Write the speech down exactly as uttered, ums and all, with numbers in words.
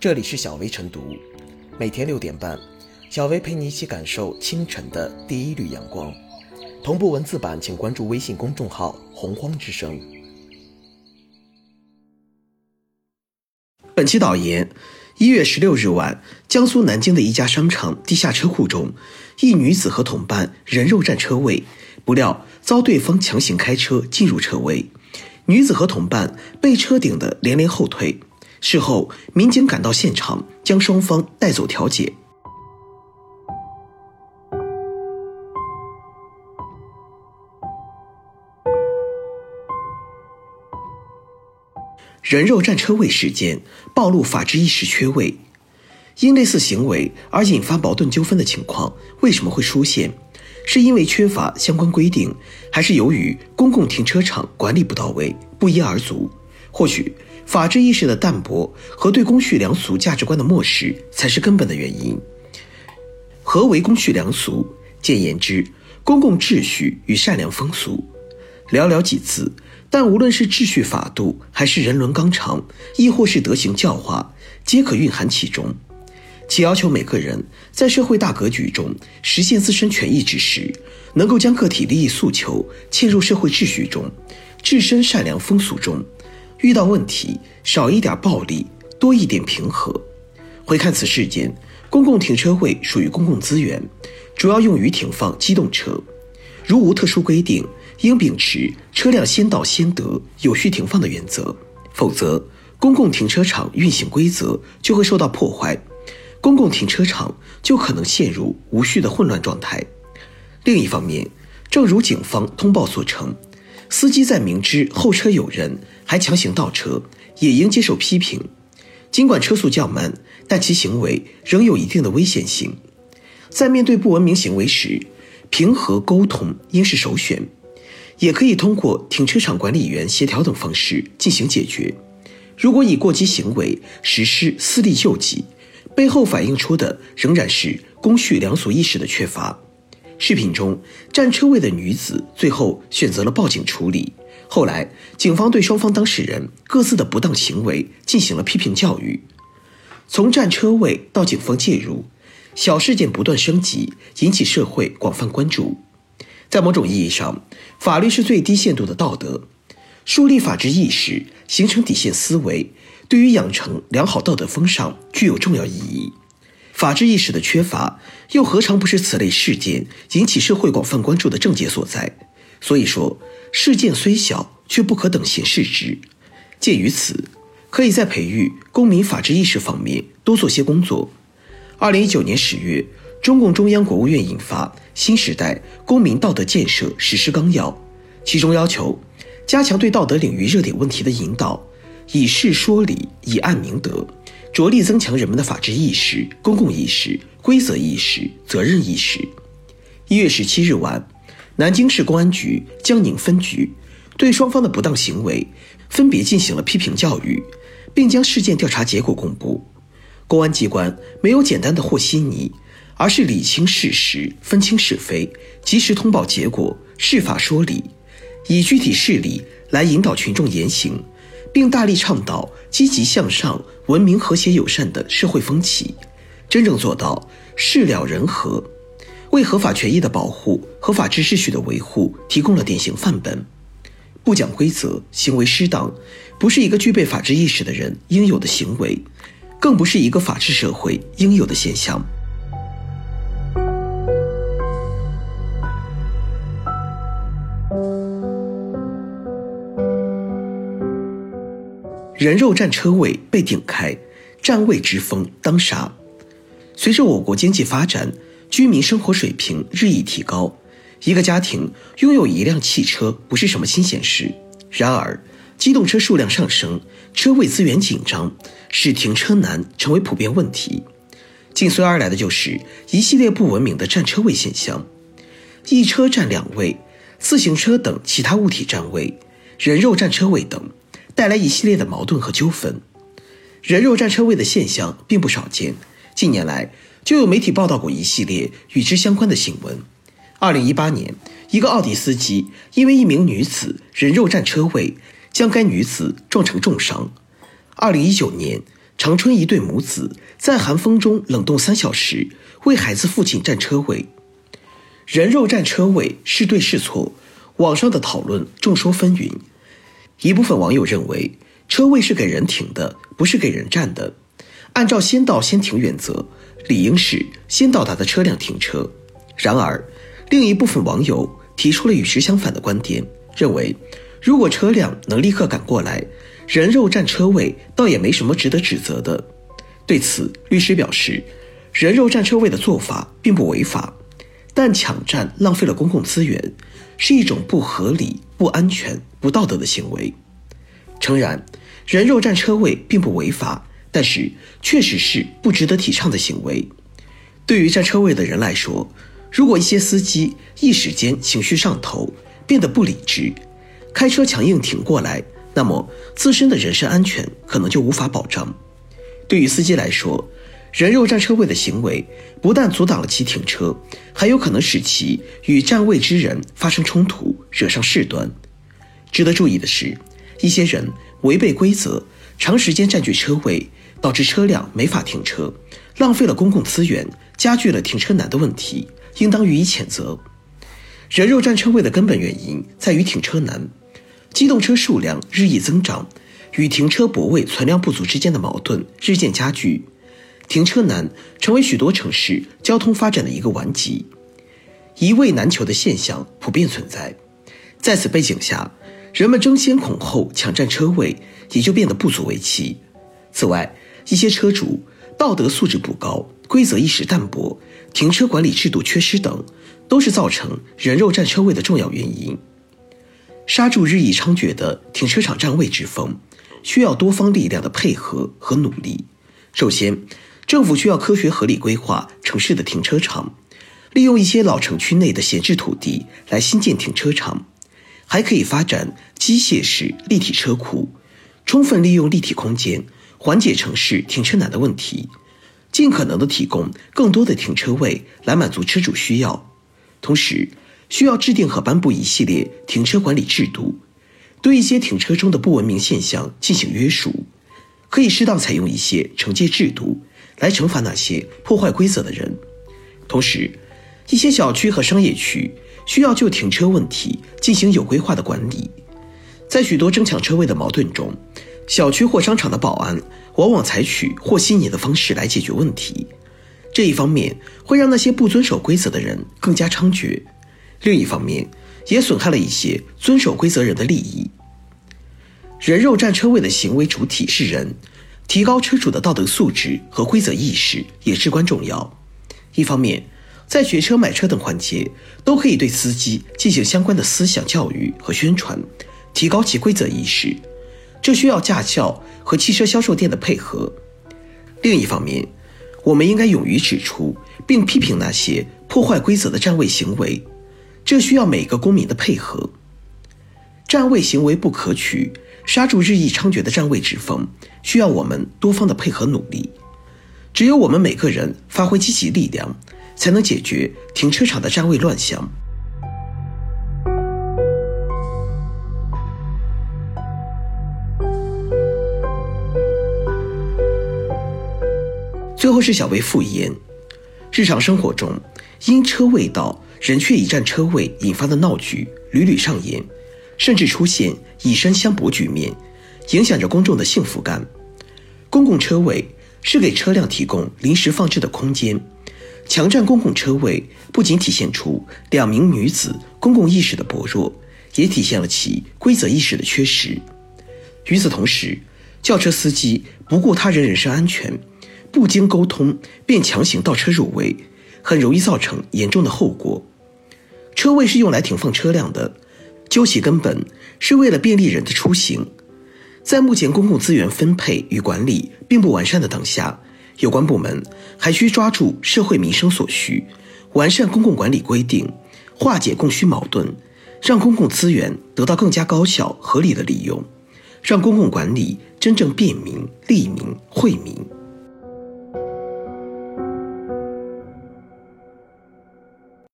这里是小薇晨读，每天六点半，小薇陪你一起感受清晨的第一缕阳光。同步文字版请关注微信公众号洪荒之声。 本期导言：一月十六日晚，江苏南京的一家商场地下车库中，一女子和同伴人肉占车位，不料遭对方强行开车进入车位，女子和同伴被车顶的连连后退。事后，民警赶到现场，将双方带走调解。人肉占车位事件暴露法治意识缺位。因类似行为而引发矛盾纠纷的情况为什么会出现？是因为缺乏相关规定，还是由于公共停车场管理不到位、不一而足？或许法治意识的淡薄和对公序良俗价值观的漠视才是根本的原因。何为公序良俗？简言之，公共秩序与善良风俗。寥寥几字，但无论是秩序法度，还是人伦纲常，亦或是德行教化，皆可蕴含其中。其要求每个人在社会大格局中实现自身权益之时，能够将个体利益诉求嵌入社会秩序中，置身善良风俗中，遇到问题少一点暴力，多一点平和。回看此事件，公共停车位属于公共资源，主要用于停放机动车，如无特殊规定，应秉持车辆先到先得、有序停放的原则，否则公共停车场运行规则就会受到破坏，公共停车场就可能陷入无序的混乱状态。另一方面，正如警方通报所称，司机在明知后车有人还强行倒车，也应接受批评。尽管车速较慢，但其行为仍有一定的危险性。在面对不文明行为时，平和沟通应是首选，也可以通过停车场管理员协调等方式进行解决。如果以过激行为实施私利救济，背后反映出的仍然是公序良俗意识的缺乏。视频中占车位的女子最后选择了报警处理，后来警方对双方当事人各自的不当行为进行了批评教育。从占车位到警方介入，小事件不断升级，引起社会广泛关注。在某种意义上，法律是最低限度的道德，树立法治意识，形成底线思维，对于养成良好道德风尚具有重要意义。法治意识的缺乏，又何尝不是此类事件引起社会广泛关注的症结所在？所以说，事件虽小，却不可等闲视之。鉴于此，可以在培育公民法治意识方面多做些工作。二零一九年十月，中共中央国务院印发《新时代公民道德建设实施纲要》，其中要求加强对道德领域热点问题的引导，以事说理，以案明德，着力增强人们的法治意识、公共意识、规则意识、责任意识。一月十七日晚，南京市公安局江宁分局对双方的不当行为分别进行了批评教育，并将事件调查结果公布。公安机关没有简单的和稀泥，而是理清事实，分清是非，及时通报结果，释法说理，以具体事例来引导群众言行，并大力倡导积极向上、文明和谐友善的社会风气，真正做到事了人和，为合法权益的保护和法治秩序的维护提供了典型范本。不讲规则、行为失当，不是一个具备法治意识的人应有的行为，更不是一个法治社会应有的现象。人肉占车位被顶开，占位之风当杀。随着我国经济发展，居民生活水平日益提高，一个家庭拥有一辆汽车不是什么新鲜事。然而，机动车数量上升，车位资源紧张，使停车难成为普遍问题。紧随而来的就是一系列不文明的占车位现象：一车占两位，自行车等其他物体占位，人肉占车位等，带来一系列的矛盾和纠纷。人肉占车位的现象并不少见，近年来就有媒体报道过一系列与之相关的新闻。二零一八年，一个奥迪司机因为一名女子人肉占车位，将该女子撞成重伤。二零一九年， 长春一对母子在寒风中冷冻三小时，为孩子父亲占车位。人肉占车位是对是错，网上的讨论众说纷纭。一部分网友认为，车位是给人停的，不是给人占的。按照先到先停原则，理应是先到达的车辆停车。然而，另一部分网友提出了与之相反的观点，认为如果车辆能立刻赶过来，人肉占车位倒也没什么值得指责的。对此，律师表示，人肉占车位的做法并不违法，但抢占浪费了公共资源，是一种不合理、不安全、不道德的行为。诚然，人肉占车位并不违法，但是确实是不值得提倡的行为。对于占车位的人来说，如果一些司机一时间情绪上头，变得不理智，开车强硬挺过来，那么自身的人身安全可能就无法保障。对于司机来说，人肉占车位的行为不但阻挡了其停车，还有可能使其与占位之人发生冲突，惹上事端。值得注意的是，一些人违背规则，长时间占据车位，导致车辆没法停车，浪费了公共资源，加剧了停车难的问题，应当予以谴责。人肉占车位的根本原因在于停车难，机动车数量日益增长，与停车泊位存量不足之间的矛盾日渐加剧，停车难成为许多城市交通发展的一个顽疾，一位难求的现象普遍存在。在此背景下，人们争先恐后抢占车位也就变得不足为奇。此外，一些车主道德素质不高，规则意识淡薄，停车管理制度缺失等，都是造成人肉占车位的重要原因。刹住日益猖獗的停车场占位之风，需要多方力量的配合和努力。首先，政府需要科学合理规划城市的停车场，利用一些老城区内的闲置土地来新建停车场，还可以发展机械式立体车库，充分利用立体空间，缓解城市停车难的问题，尽可能的提供更多的停车位来满足车主需要。同时，需要制定和颁布一系列停车管理制度，对一些停车中的不文明现象进行约束，可以适当采用一些惩戒制度来惩罚那些破坏规则的人。同时，一些小区和商业区需要就停车问题进行有规划的管理。在许多争抢车位的矛盾中，小区或商场的保安往往采取和稀泥的方式来解决问题，这一方面会让那些不遵守规则的人更加猖獗，另一方面也损害了一些遵守规则人的利益。人肉占车位的行为主体是人，提高车主的道德素质和规则意识也至关重要。一方面，在学车买车等环节都可以对司机进行相关的思想教育和宣传，提高其规则意识，这需要驾校和汽车销售店的配合。另一方面，我们应该勇于指出并批评那些破坏规则的占位行为，这需要每个公民的配合。占位行为不可取，刹住日益猖獗的占位之风，需要我们多方的配合努力。只有我们每个人发挥积极力量，才能解决停车场的占位乱象。最后是小薇复言，日常生活中因车未到人却已占车位引发的闹剧屡屡上演，甚至出现以身相搏局面，影响着公众的幸福感。公共车位是给车辆提供临时放置的空间，强占公共车位不仅体现出两名女子公共意识的薄弱，也体现了其规则意识的缺失。与此同时，轿车司机不顾他人人身安全，不经沟通便强行倒车入位，很容易造成严重的后果。车位是用来停放车辆的，究其根本是为了便利人的出行。在目前公共资源分配与管理并不完善的当下，有关部门还需抓住社会民生所需，完善公共管理规定，化解供需矛盾，让公共资源得到更加高效合理的利用，让公共管理真正便民、利民、惠民。